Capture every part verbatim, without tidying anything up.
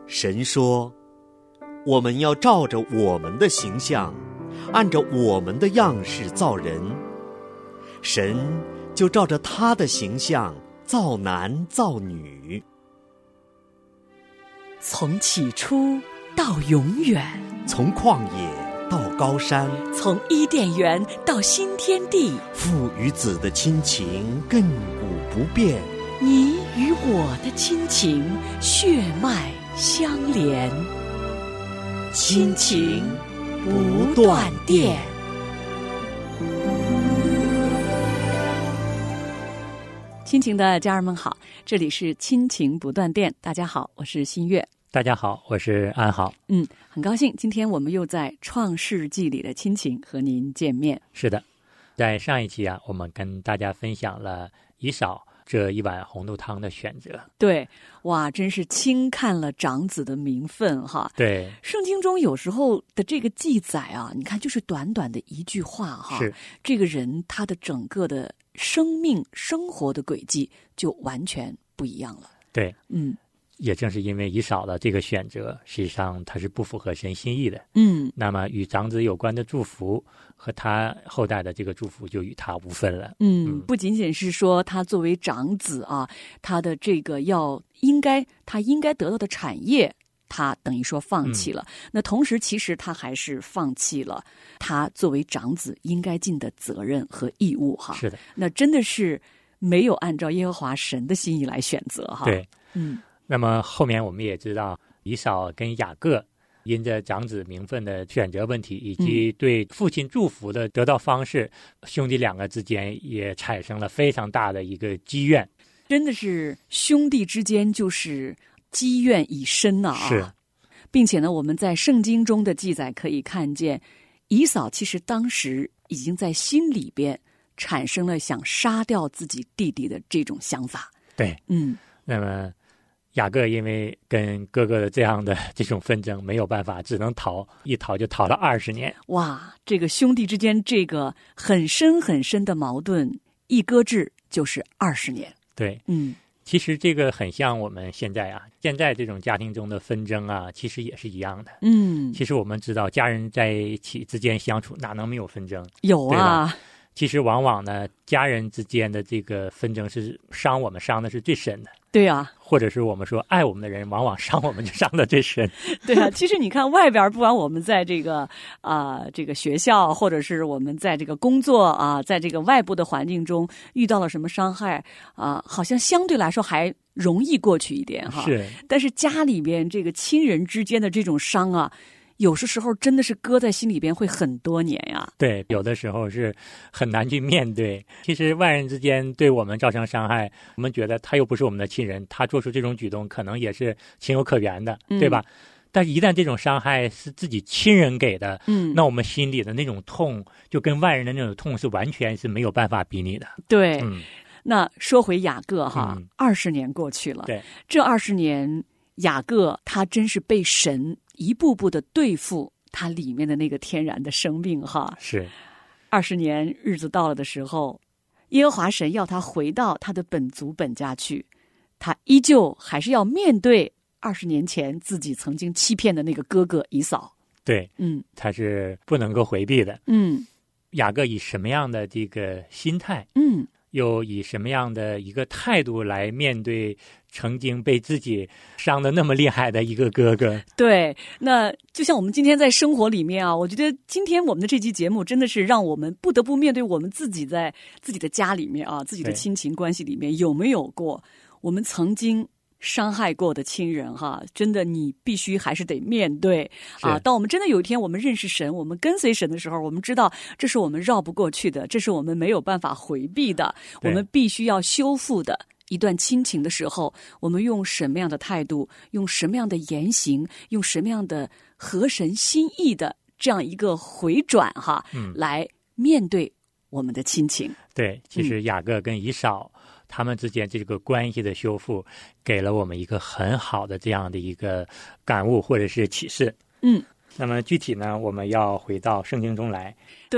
神说，我们要照着我们的形象，按照我们的样式造人。神就照着他的形象造男造女。 从起初到永远， 从旷野到高山， 从伊甸园到新天地， 父与子的亲情亘古不变， 你与我的亲情血脉相连，亲情不断电。亲情的家人们好，这里是亲情不断电。大家好，我是新月。 大家好，我是安好。 嗯，很高兴今天我们又在创世纪里的亲情和您见面。 是的，在上一期啊，我们跟大家分享了以扫这一碗红豆汤的选择。 对，哇，真是轻看了长子的名分哈。 对， 圣经中有时候的这个记载啊，你看就是短短的一句话哈， 是这个人他的整个的生命生活的轨迹就完全不一样了。 对， 嗯。 也正是因为以扫的这个选择，实际上它是不符合神心意的。 嗯， 那么与长子有关的祝福和他后代的这个祝福就与他无分了。 嗯， 嗯不仅仅是说他作为长子啊，他的这个要应该他应该得到的产业，他等于说放弃了。嗯、那同时，其实他还是放弃了他作为长子应该尽的责任和义务哈。 是的， 那真的是没有按照耶和华神的心意来选择哈。 对， 嗯。 那么后面我们也知道，以扫跟雅各因着长子名分的选择问题，以及对父亲祝福的得到方式，嗯、兄弟两个之间也产生了非常大的一个积怨。 真的是兄弟之间就是积怨已深呐啊！ 是， 并且呢，我们在圣经中的记载可以看见，以扫其实当时已经在心里边产生了想杀掉自己弟弟的这种想法。 对， 嗯， 那么雅各因为跟哥哥的这样的这种纷争没有办法，只能逃，一逃就逃了二十年。 哇，这个兄弟之间这个很深很深的矛盾，一搁置就是二十年。 对， 嗯， 其实这个很像我们现在啊，现在这种家庭中的纷争啊，其实也是一样的。 嗯， 其实我们知道，家人在一起之间相处，哪能没有纷争？ 有啊。 其实往往呢，家人之间的这个纷争是伤我们伤的是最深的。 对啊， 或者是我们说爱我们的人，往往伤我们就伤得最深。 对啊，其实你看外边，不管我们在这个啊、呃、这个学校，或者是我们在这个工作啊，在这个外部的环境中遇到了什么伤害啊、呃，好像相对来说还容易过去一点哈。 是， 但是家里边这个亲人之间的这种伤啊，有些时候真的是搁在心里边会很多年呀。 对，有的时候是很难去面对。其实外人之间对我们造成伤害，我们觉得他又不是我们的亲人，他做出这种举动可能也是情有可原的， 嗯、 对吧？但是一旦这种伤害是自己亲人给的， 嗯， 那我们心里的那种痛，就跟外人的那种痛是完全是没有办法比拟的。 对， 嗯， 那说回雅各哈， 嗯、 二十年过去了， 对， 这二十年雅各他真是被神一步步的对付他里面的那个天然的生命哈。 是， 二十年日子到了的时候，耶和华神要他回到他的本族本家去，他依旧还是要面对二十年前自己曾经欺骗的那个哥哥以扫。 对， 嗯， 他是不能够回避的。 嗯， 雅各以什么样的这个心态， 嗯， 又以什么样的一个态度来面对曾经被自己伤得那么厉害的一个哥哥？ 对，那就像我们今天在生活里面啊，我觉得今天我们的这期节目真的是让我们不得不面对我们自己在自己的家里面啊，自己的亲情关系里面有没有过我们曾经伤害过的亲人哈，真的你必须还是得面对啊。当我们真的有一天我们认识神，我们跟随神的时候，我们知道这是我们绕不过去的，这是我们没有办法回避的，我们必须要修复的一段亲情的时候，我们用什么样的态度，用什么样的言行，用什么样的合神心意的这样一个回转哈， 嗯， 来面对我们的亲情。 对，其实雅各跟以扫、嗯、他们之间这个关系的修复，给了我们一个很好的这样的一个感悟或者是启示。 嗯， 那么具体呢，我们要回到圣经中来。 对，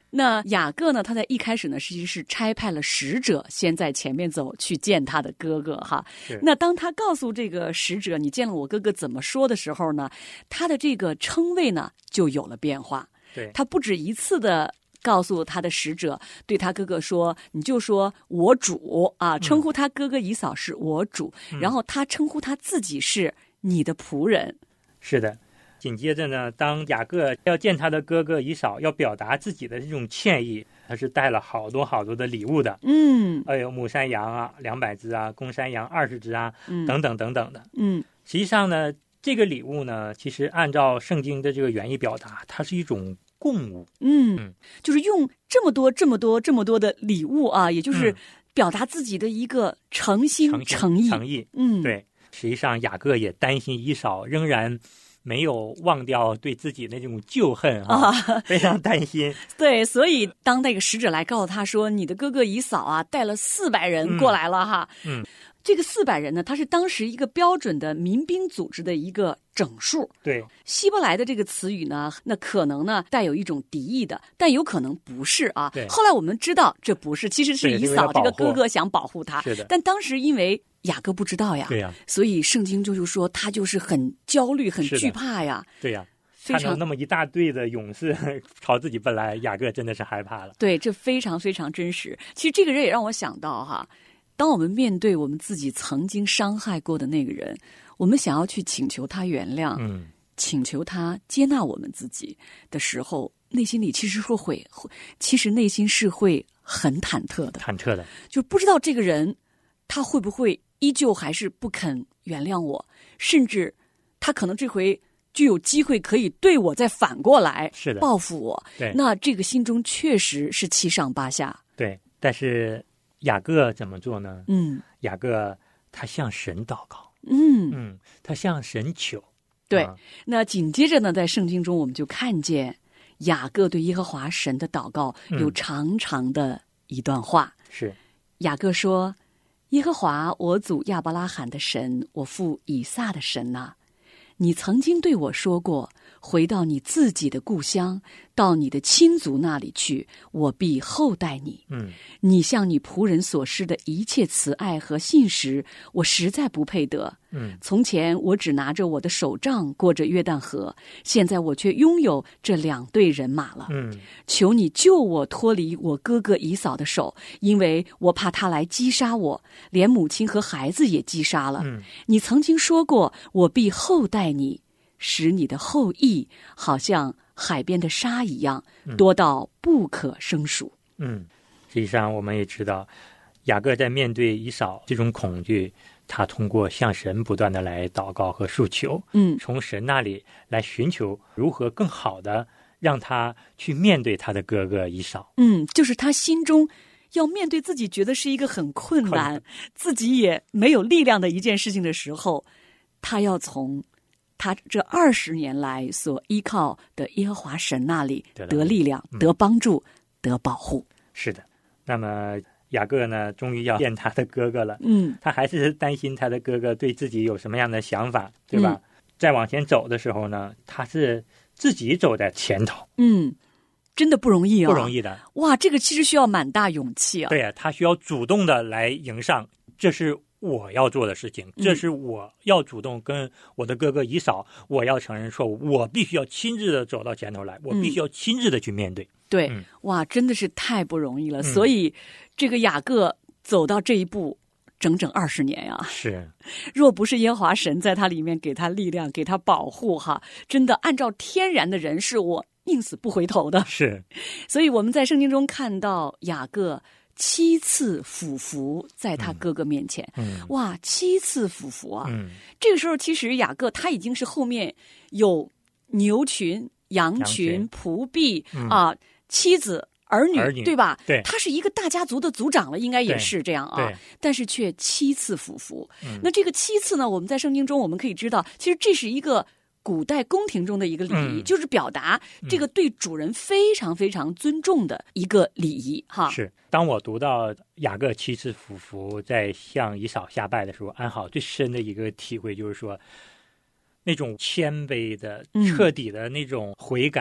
那雅各呢，他在一开始呢，实际是差派了使者先在前面走去见他的哥哥哈。那当他告诉这个使者你见了我哥哥怎么说的时候呢，他的这个称谓呢就有了变化。 对， 他不止一次的告诉他的使者，对他哥哥说，你就说我主啊，称呼他哥哥以扫是我主、嗯、然后他称呼他自己是你的仆人。 是的，紧接着呢，当雅各要见他的哥哥以扫，要表达自己的这种歉意，他是带了好多好多的礼物的。 嗯， 哎呦，母山羊啊两百只啊，公山羊二十只啊、嗯、等等等等的。 嗯， 实际上呢，这个礼物呢，其实按照圣经的这个原意表达，它是一种供物。 嗯，嗯就是用这么多这么多这么多的礼物啊，也就是表达自己的一个诚心、 嗯、 诚意诚意。 嗯， 对。实际上雅各也担心以扫仍然没有忘掉对自己那种旧恨啊，啊非常担心。 对，所以当那个使者来告诉他说，你的哥哥以扫啊带了四百人过来了哈。 嗯，嗯这个四百人呢，他是当时一个标准的民兵组织的一个整数。 对， 希伯来的这个词语呢，那可能呢带有一种敌意的，但有可能不是啊。 对， 后来我们知道这不是，其实是以扫这个哥哥想保护他。 是的， 但当时因为雅各不知道呀， 对呀， 所以圣经就是说他就是很焦虑、很惧怕呀。 对呀，看到那么一大队的勇士朝自己奔来，雅各真的是害怕了。 对，这非常非常真实。其实这个人也让我想到哈，当我们面对我们自己曾经伤害过的那个人，我们想要去请求他原谅， 嗯， 请求他接纳我们自己的时候，内心里其实是会，其实内心是会很忐忑的， 忐忑的， 就不知道这个人他会不会依旧还是不肯原谅我，甚至他可能这回就有机会可以对我再反过来是的报复我。 对， 那这个心中确实是七上八下。 对，但是雅各怎么做呢？ 嗯， 雅各他向神祷告。 嗯嗯，他向神求。 对、 啊， 那紧接着呢，在圣经中我们就看见雅各对耶和华神的祷告有长长的一段话。 嗯、是雅各说，耶和华我祖亚伯拉罕的神，我父以撒的神呐、啊，你曾经对我说过，回到你自己的故乡，到你的亲族那里去，我必厚待你。 嗯， 你向你仆人所施的一切慈爱和信实，我实在不配得。 嗯， 从前我只拿着我的手杖过着约旦河，现在我却拥有这两队人马了。 嗯， 求你救我脱离我哥哥以扫的手，因为我怕他来击杀我，连母亲和孩子也击杀了。 嗯， 你曾经说过，我必厚待你，使你的后裔好像海边的沙一样，多到不可胜数。 嗯，实际上我们也知道，雅各在面对以扫这种恐惧，他通过向神不断的来祷告和诉求， 嗯， 从神那里来寻求如何更好的让他去面对他的哥哥以扫。 嗯，就是他心中要面对自己觉得是一个很困难，自己也没有力量的一件事情的时候，他要从他这二十年来所依靠的耶和华神那里得力量、 嗯、 得帮助、得保护。 是的，那么雅各呢，终于要见他的哥哥了。 嗯， 他还是担心他的哥哥对自己有什么样的想法，对吧？嗯、在往前走的时候呢，他是自己走在前头。 嗯，真的不容易啊、哦， 不容易的。 哇，这个其实需要蛮大勇气啊。 对啊，他需要主动的来迎上，这是我要做的事情，这是我要主动跟我的哥哥以扫，嗯、我要承认错误，我必须要亲自的走到前头来，我必须要亲自的去面对。 嗯、对、 嗯， 哇，真的是太不容易了。 嗯、 所以这个雅各走到这一步，整整二十年呀。 是， 若不是耶和华神在他里面给他力量，给他保护哈，真的按照天然的人是我宁死不回头的。 是， 所以我们在圣经中看到雅各七次俯伏在他哥哥面前， 嗯， 哇，七次俯伏啊！ 嗯， 这个时候其实雅各他已经是后面有牛群、羊群、 羊群仆婢、 嗯、 啊，妻子、儿女， 儿女对吧？ 对， 他是一个大家族的族长了，应该也是这样啊。但是却七次俯伏、 嗯。 那这个七次呢？我们在圣经中我们可以知道，其实这是一个古代宫廷中的一个礼仪、 嗯， 就是表达这个对主人非常非常尊重的一个礼仪哈。 是，当我读到雅各七次俯伏在向以扫下拜的时候，安好最深的一个体会就是说，那种谦卑的、彻底的那种悔改，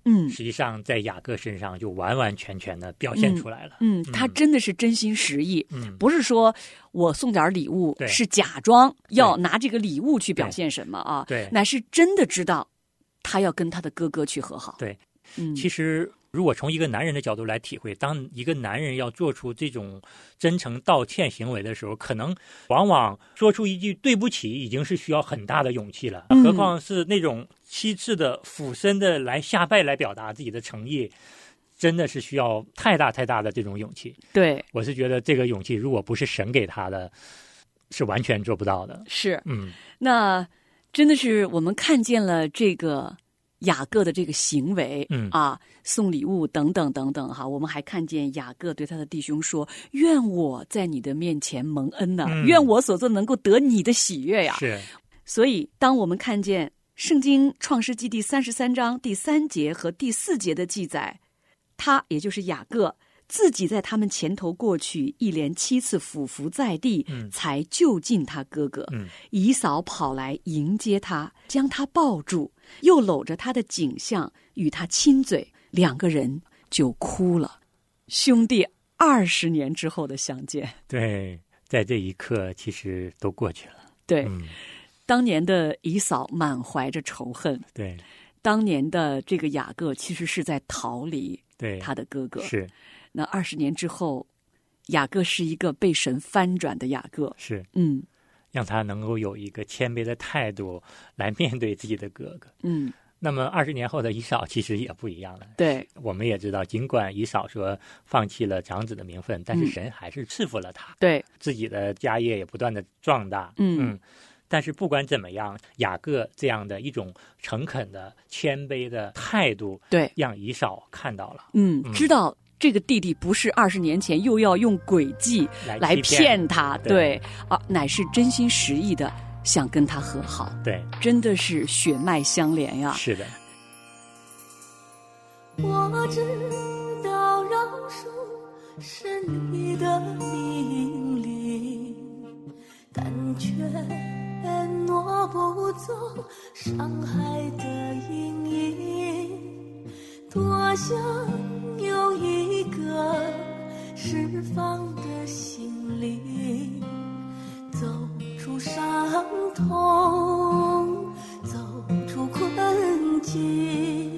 嗯， 实际上在雅各身上就完完全全的表现出来了。 嗯，嗯他真的是真心实意， 嗯， 不是说我送点礼物，是假装要拿这个礼物去表现什么啊？ 对， 乃是真的知道他要跟他的哥哥去和好。 对， 嗯， 其实如果从一个男人的角度来体会，当一个男人要做出这种真诚道歉行为的时候，可能往往说出一句对不起已经是需要很大的勇气了， 嗯、 何况是那种七次的俯身的来下拜来表达自己的诚意，真的是需要太大太大的这种勇气。 对， 我是觉得这个勇气如果不是神给他的，是完全做不到的。 是， 嗯， 那真的是我们看见了这个雅各的这个行为， 嗯啊，送礼物等等等等哈，我们还看见雅各对他的弟兄说：“愿我在你的面前蒙恩呐、啊嗯，愿我所做能够得你的喜悦呀。” 是， 所以当我们看见圣经创世纪第三十三章第三节和第四节的记载，他也就是雅各自己在他们前头过去，一连七次俯伏在地， 嗯、 才就近他哥哥。 嗯、 以扫跑来迎接他，将他抱住，又搂着他的颈项与他亲嘴，两个人就哭了。兄弟二十年之后的相见， 对，在这一刻其实都过去了。 对， 嗯、 当年的以扫满怀着仇恨， 对， 当年的这个雅各其实是在逃离对他的哥哥。 是。 那二十年之后，雅各是一个被神翻转的雅各， 是， 嗯， 让他能够有一个谦卑的态度来面对自己的哥哥， 嗯。 那么二十年后的以扫其实也不一样了。 对， 我们也知道，尽管以扫说放弃了长子的名分，但是神还是赐福了他， 对、嗯， 自己的家业也不断的壮大， 嗯嗯。但是不管怎么样，雅各这样的一种诚恳的、谦卑的态度， 对， 让以扫看到了， 嗯， 嗯知道。这个弟弟不是二十年前又要用诡计来骗他， 对, 对啊，乃是真心实意的想跟他和好， 对， 真的是血脉相连呀。 是的。 我知道饶恕是你的命令，但却挪不走伤害的阴影，多想有一个释放的心灵，走出伤痛，走出困境。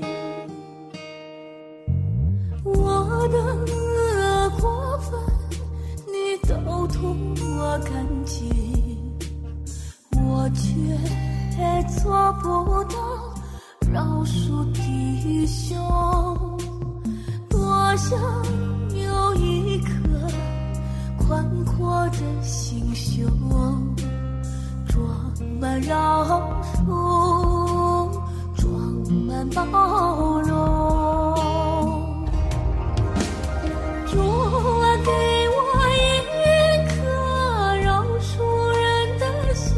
我的过分你都图我干净，我却做不到饶恕弟兄。多想有一颗宽阔的心胸，装满饶恕，装满包容。主啊，给我一颗饶恕人的心，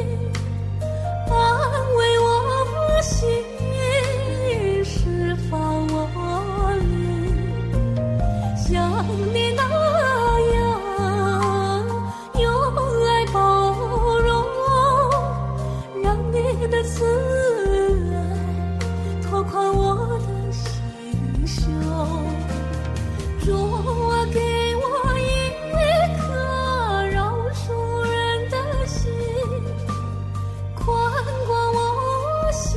安慰我心，释放我灵，像你那样用爱包容，让你的慈爱拓宽我的心胸。主啊，给我一颗饶恕人的心，宽广我心，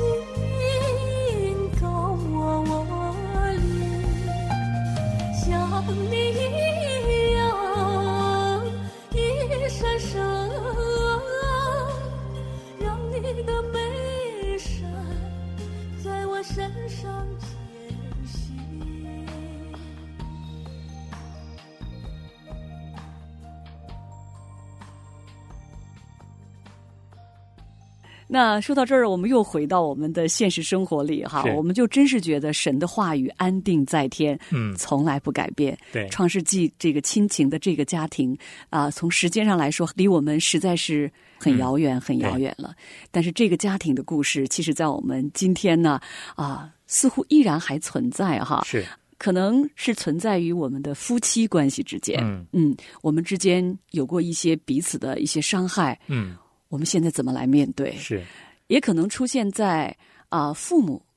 高我我灵，像你一样一闪闪，让你的美善在我身上前行。 那说到这儿，我们又回到我们的现实生活里哈，我们就真是觉得神的话语安定在天， 嗯， 从来不改变。 对， 创世纪这个亲情的这个家庭啊、呃，从时间上来说，离我们实在是很遥远、嗯、很遥远了。但是这个家庭的故事，其实在我们今天呢啊、呃，似乎依然还存在哈。 是。 可能是存在于我们的夫妻关系之间， 嗯嗯，我们之间有过一些彼此的一些伤害， 嗯。 我们现在怎么来面对？ 是， 也可能出现在啊、呃、父母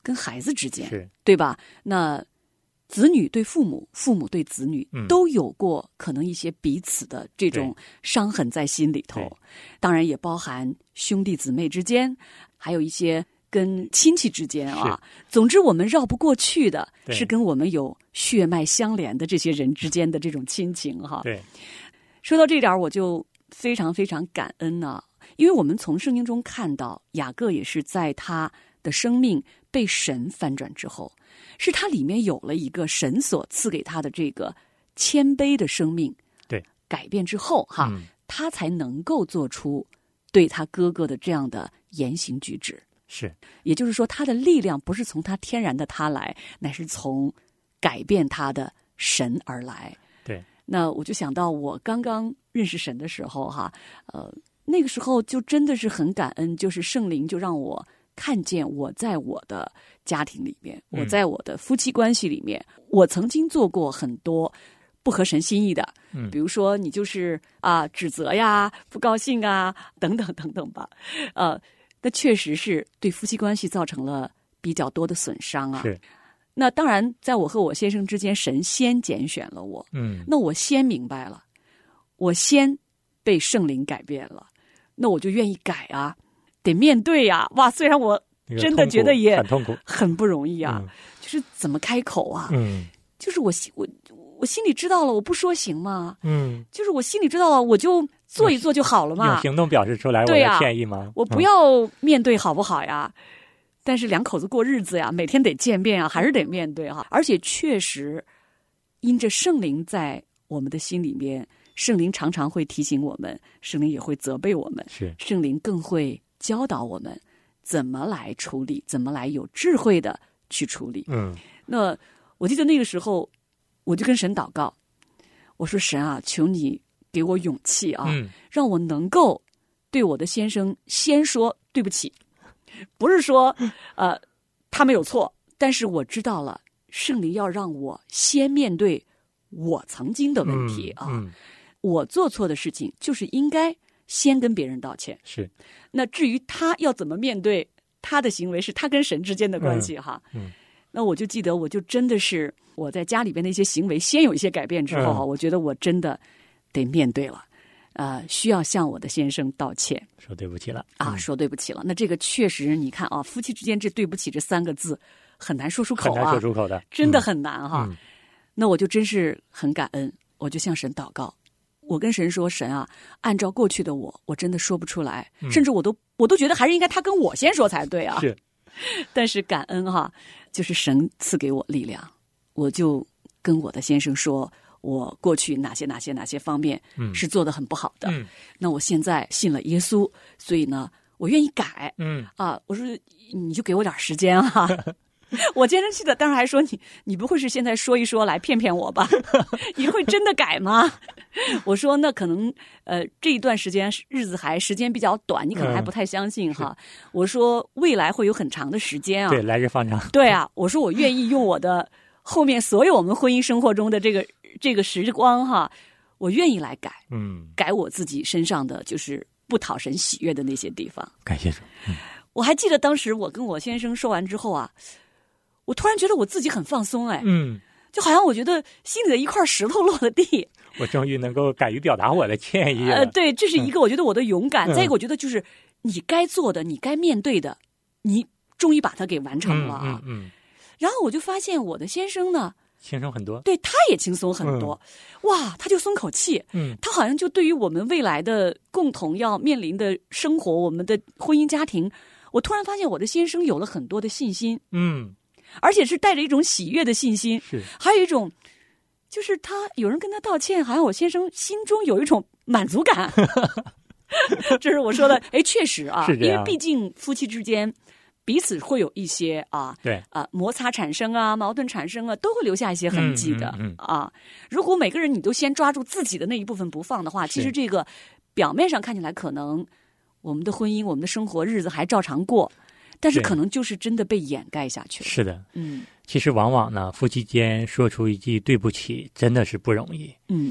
跟孩子之间， 是对吧？那子女对父母，父母对子女， 嗯都有过可能一些彼此的这种伤痕在心里头。当然也包含兄弟姊妹之间，还有一些跟亲戚之间啊。总之我们绕不过去的是跟我们有血脉相连的这些人之间的这种亲情哈。 对， 说到这点我就非常非常感恩啊，因为我们从圣经中看到雅各也是在他的生命被神翻转之后，是他里面有了一个神所赐给他的这个谦卑的生命， 对， 改变之后哈、 嗯， 他才能够做出对他哥哥的这样的言行举止。 是， 也就是说他的力量不是从他天然的他来，乃是从改变他的神而来。 对， 那我就想到我刚刚认识神的时候哈，呃，那个时候就真的是很感恩，就是圣灵就让我看见我在我的家庭里面，我在我的夫妻关系里面，嗯、我曾经做过很多不合神心意的， 嗯， 比如说你就是啊指责呀、不高兴啊等等等等吧，呃，那确实是对夫妻关系造成了比较多的损伤啊。 是。 那当然，在我和我先生之间，神先拣选了我， 嗯， 那我先明白了，我先被圣灵改变了，那我就愿意改啊。得面对呀、啊，哇！虽然我真的觉得也很痛苦， 很不容易啊， 嗯、 就是怎么开口啊？ 嗯， 就是我心我我心里知道了，我不说行吗？ 嗯， 就是我心里知道了，我就做一做就好了嘛。 用行动表示出来我的歉意吗？ 对啊、我不要面对好不好呀？嗯、但是两口子过日子呀，每天得见面啊，还是得面对哈、啊。而且确实，因着圣灵在我们的心里面，圣灵常常会提醒我们，圣灵也会责备我们， 是圣灵更会教导我们怎么来处理，怎么来有智慧的去处理。 嗯， 那我记得那个时候，我就跟神祷告，我说神啊，求你给我勇气啊， 嗯、 让我能够对我的先生先说对不起，不是说呃他没有错，但是我知道了，圣灵要让我先面对我曾经的问题啊， 嗯嗯、 我做错的事情就是应该先跟别人道歉。 是， 那至于他要怎么面对他的行为，是他跟神之间的关系哈。 嗯嗯、 那我就记得，我就真的是我在家里边的一些行为先有一些改变之后哈，嗯、我觉得我真的得面对了，呃，需要向我的先生道歉， 说对不起了啊， 嗯、 说对不起了。那这个确实，你看啊，夫妻之间这对不起这三个字很难说出口啊， 很难说出口的， 真的很难哈。 嗯、 那我就真是很感恩，我就向神祷告。我跟神说，神啊，按照过去的我，我真的说不出来， 嗯、 甚至我都我都觉得还是应该他跟我先说才对啊。 是， 但是感恩哈，就是神赐给我力量，我就跟我的先生说，我过去哪些哪些哪些方面是做得很不好的。 嗯、 那我现在信了耶稣，所以呢，我愿意改。 嗯啊，我说你就给我点时间啊。我先生气的，当时还说你，你不会是现在说一说来骗骗我吧？你会真的改吗？我说那可能呃这一段时间日子还时间比较短，你可能还不太相信哈。嗯、我说未来会有很长的时间啊， 对，来日方长。 对啊，我说我愿意用我的后面所有我们婚姻生活中的这个这个时光哈，我愿意来改， 嗯， 改我自己身上的就是不讨神喜悦的那些地方。 感谢主。嗯、 我还记得当时我跟我先生说完之后啊。我突然觉得我自己很放松，哎， 嗯， 就好像我觉得心里的一块石头落了地， 我终于能够敢于表达我的歉意了。 呃，对，这是一个我觉得我的勇敢。 嗯、 再一个，我觉得就是你该做的，你该面对的，你终于把它给完成了啊。 嗯 嗯, 嗯。 然后我就发现我的先生呢， 轻松很多， 对，他也轻松很多。嗯、哇，他就松口气。 嗯， 他好像就对于我们未来的共同要面临的生活，我们的婚姻家庭，我突然发现我的先生有了很多的信心。 嗯。 而且是带着一种喜悦的信心， 是， 还有一种，就是他有人跟他道歉，好像我先生心中有一种满足感。这是我说的，哎，确实啊，因为毕竟夫妻之间彼此会有一些啊， 对啊摩擦产生啊，矛盾产生啊，都会留下一些痕迹的、 嗯嗯嗯、 啊。如果每个人你都先抓住自己的那一部分不放的话，其实这个表面上看起来可能我们的婚姻、我们的生活日子还照常过。但是可能就是真的被掩盖下去了。 是的， 嗯， 其实往往呢，夫妻间说出一句对不起，真的是不容易。 嗯，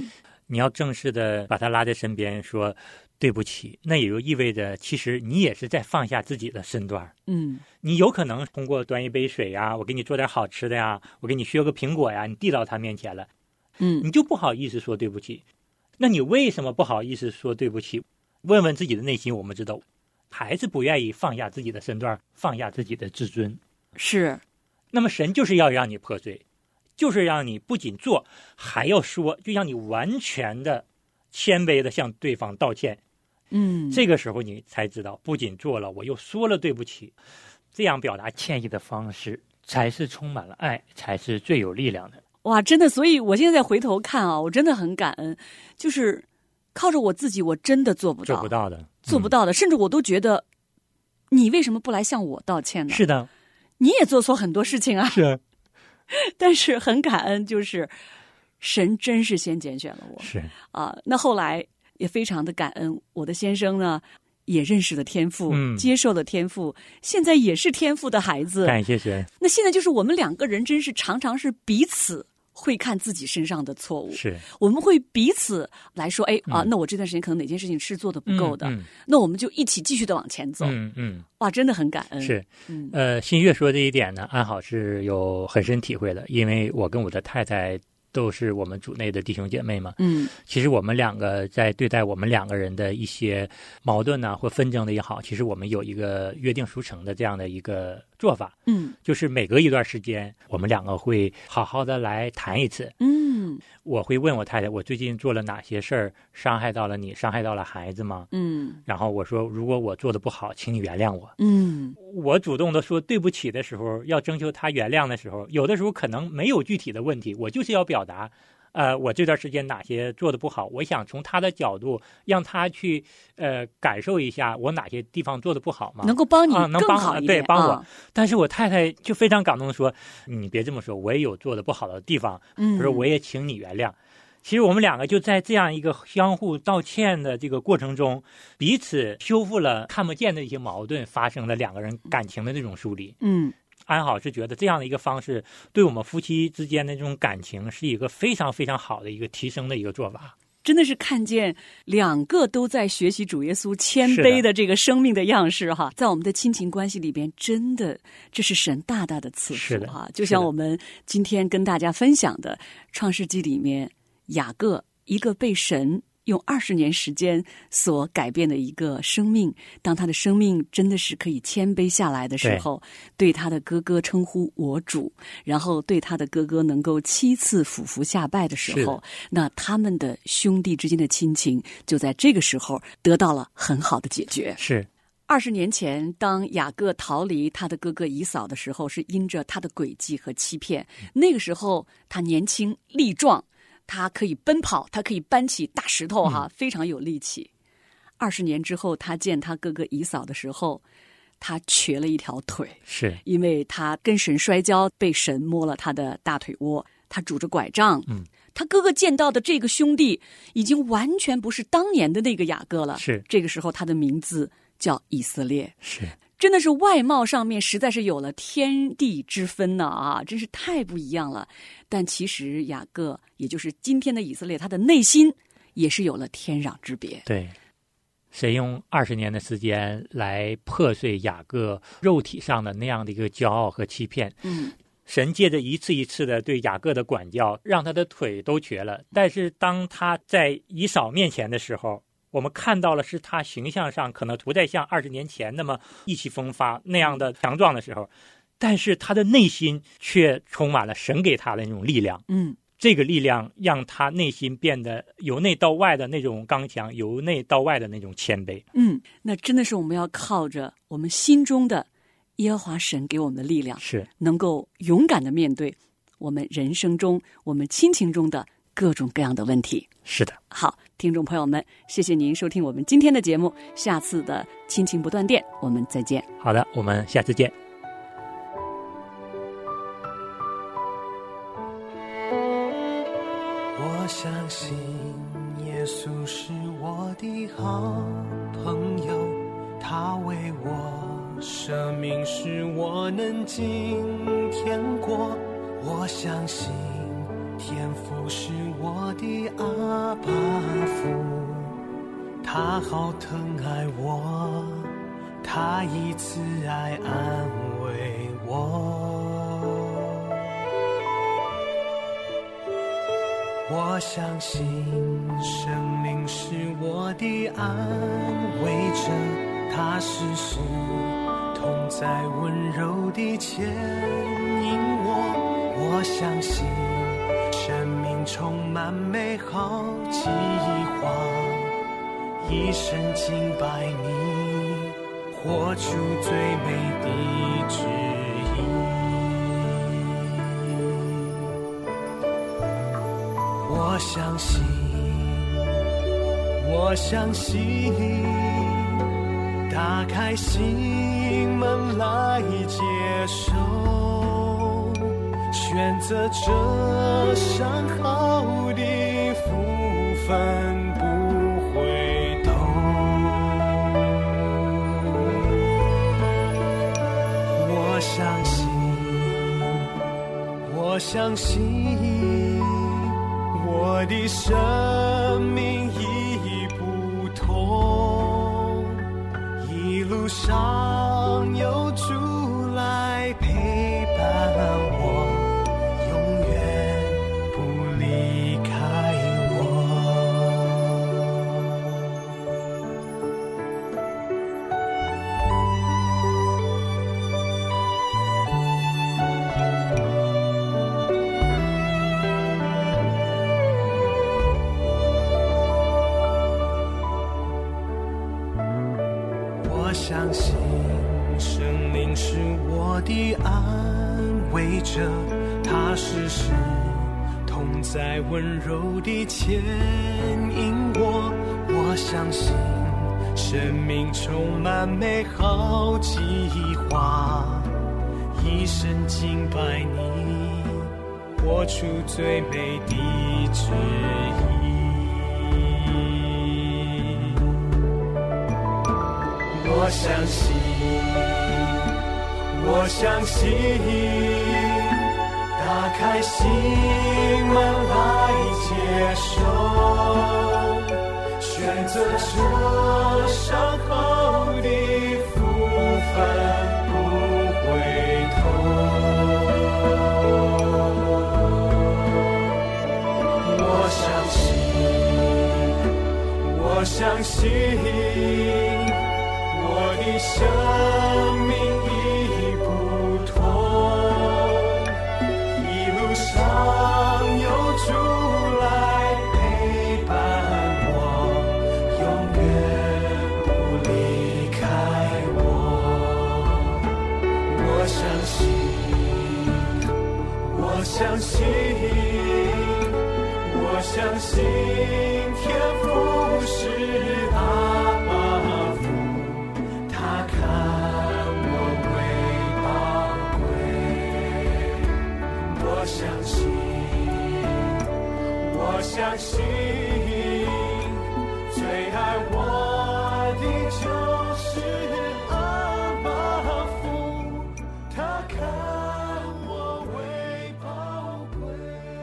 你要正式的把他拉在身边说对不起，那也就意味着其实你也是在放下自己的身段。 嗯， 你有可能通过端一杯水呀，我给你做点好吃的呀，我给你削个苹果呀，你递到他面前了， 嗯， 你就不好意思说对不起。那你为什么不好意思说对不起？问问自己的内心，我们知道还是不愿意放下自己的身段，放下自己的自尊。 是。 那么神就是要让你破碎，就是让你不仅做还要说，就让你完全的谦卑的向对方道歉。 嗯， 这个时候你才知道，不仅做了，我又说了对不起，这样表达歉意的方式才是充满了爱，才是最有力量的。 哇，真的，所以我现在回头看啊，我真的很感恩，就是靠着我自己，我真的做不到， 做不到的，嗯、 做不到的，甚至我都觉得，你为什么不来向我道歉呢？ 是的， 你也做错很多事情啊。 是啊， 但是很感恩，就是神真是先拣选了我， 是啊，那后来也非常的感恩，我的先生呢也认识了天父， 嗯， 接受了天父，现在也是天父的孩子。 感谢神。 那现在就是我们两个人真是常常是彼此会看自己身上的错误， 是我们会彼此来说，哎啊， 嗯、 那我这段时间可能哪件事情是做的不够的， 嗯嗯、 那我们就一起继续的往前走。 嗯嗯， 哇，真的很感恩。 是， 嗯， 呃，新月说这一点呢，安好是有很深体会的，因为我跟我的太太都是我们组内的弟兄姐妹嘛。 嗯， 其实我们两个在对待我们两个人的一些矛盾呢、啊、或纷争的也好，其实我们有一个约定俗成的这样的一个做法。 嗯， 就是每隔一段时间，我们两个会好好的来谈一次。 嗯， 我会问我太太，我最近做了哪些事儿伤害到了你，伤害到了孩子吗？ 嗯， 然后我说，如果我做的不好，请你原谅我。 嗯， 我主动的说对不起的时候，要征求他原谅的时候，有的时候可能没有具体的问题，我就是要表达，呃，我这段时间哪些做的不好，我想从他的角度让他去呃感受一下我哪些地方做的不好嘛， 能够帮你啊，能帮好一点， 对帮我、 啊。 但是我太太就非常感动的说，你别这么说，我也有做的不好的地方， 嗯， 说我也请你原谅。其实我们两个就在这样一个相互道歉的这个过程中，彼此修复了看不见的一些矛盾，发生了两个人感情的这种梳理。 嗯， 安好是觉得这样的一个方式，对我们夫妻之间的这种感情是一个非常非常好的一个提升的一个做法。 真的是看见两个都在学习主耶稣谦卑的这个生命的样式哈，在我们的亲情关系里边，真的这是神大大的赐福哈。就像我们今天跟大家分享的创世纪里面，雅各一个被神用二十年时间所改变的一个生命，当他的生命真的是可以谦卑下来的时候，对他的哥哥称呼我主，然后对他的哥哥能够七次俯伏下拜的时候，那他们的兄弟之间的亲情就在这个时候得到了很好的解决。 是二十年前，当雅各逃离他的哥哥以扫的时候，是因着他的诡计和欺骗。那个时候他年轻力壮，他可以奔跑，他可以搬起大石头哈，非常有力气。二十年之后，他见他哥哥以扫的时候，他瘸了一条腿， 是因为他跟神摔跤，被神摸了他的大腿窝，他拄着拐杖。 嗯， 他哥哥见到的这个兄弟已经完全不是当年的那个雅各了。 是这个时候，他的名字叫以色列。 是。 真的是外貌上面实在是有了天地之分呢啊，真是太不一样了。但其实雅各，也就是今天的以色列，他的内心也是有了天壤之别。 对，神用二十年的时间来破碎雅各肉体上的那样的一个骄傲和欺骗。 嗯， 神借着一次一次的对雅各的管教，让他的腿都瘸了。但是当他在以扫面前的时候，我们看到了是他形象上可能不再像二十年前那么意气风发那样的强壮的时候，但是他的内心却充满了神给他的那种力量。 嗯， 这个力量让他内心变得由内到外的那种刚强，由内到外的那种谦卑。 嗯，那真的是我们要靠着我们心中的耶和华神给我们的力量， 是能够勇敢的面对我们人生中、我们亲情中的各种各样的问题。 是的。 好，听众朋友们，谢谢您收听我们今天的节目，下次的亲情不断电我们再见。 好的，我们下次见。 我相信耶稣是我的好朋友，他为我舍命使我能进天国。我相信天父是我的阿爸父，他好疼爱我，他以慈爱安慰我。我相信圣灵是我的安慰者，他时时同在温柔地牵引我。我相信生命充满美好计划，一生敬拜你，活出最美的旨意。我相信，我相信，打开心门来接受，选择这上好的福分不回头。我相信，我相信，我的生命已不同，一路上有主来陪伴我，永远不离开我。我相信生命是我的安慰者，他时时同在温柔地牵引我。我相信生命充满美好计划，一生敬拜你，活出最美的旨意。我相信，我相信，打开心门来接受，选择这上好的福分不回头。我相信，我相信，我的生命已不同，一路上有主来陪伴我，永远不离开我。我相信，我相信，我相信天父是阿爸父，相信，我相信，最爱我的就是阿爸父，他看我为宝贵。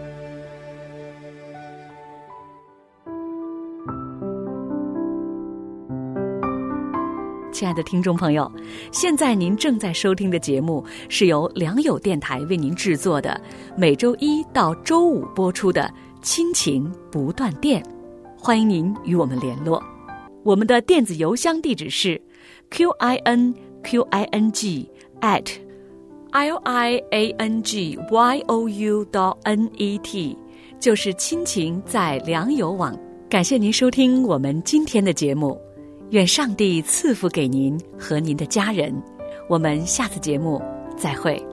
亲爱的听众朋友，现在您正在收听的节目是由良友电台为您制作的，每周一到周五播出的亲情不断电，欢迎您与我们联络。我们的电子邮箱地址是 q i n q i n g at l i a n g y o u dot n e t， 就是亲情在良友网。感谢您收听我们今天的节目，愿上帝赐福给您和您的家人。我们下次节目再会。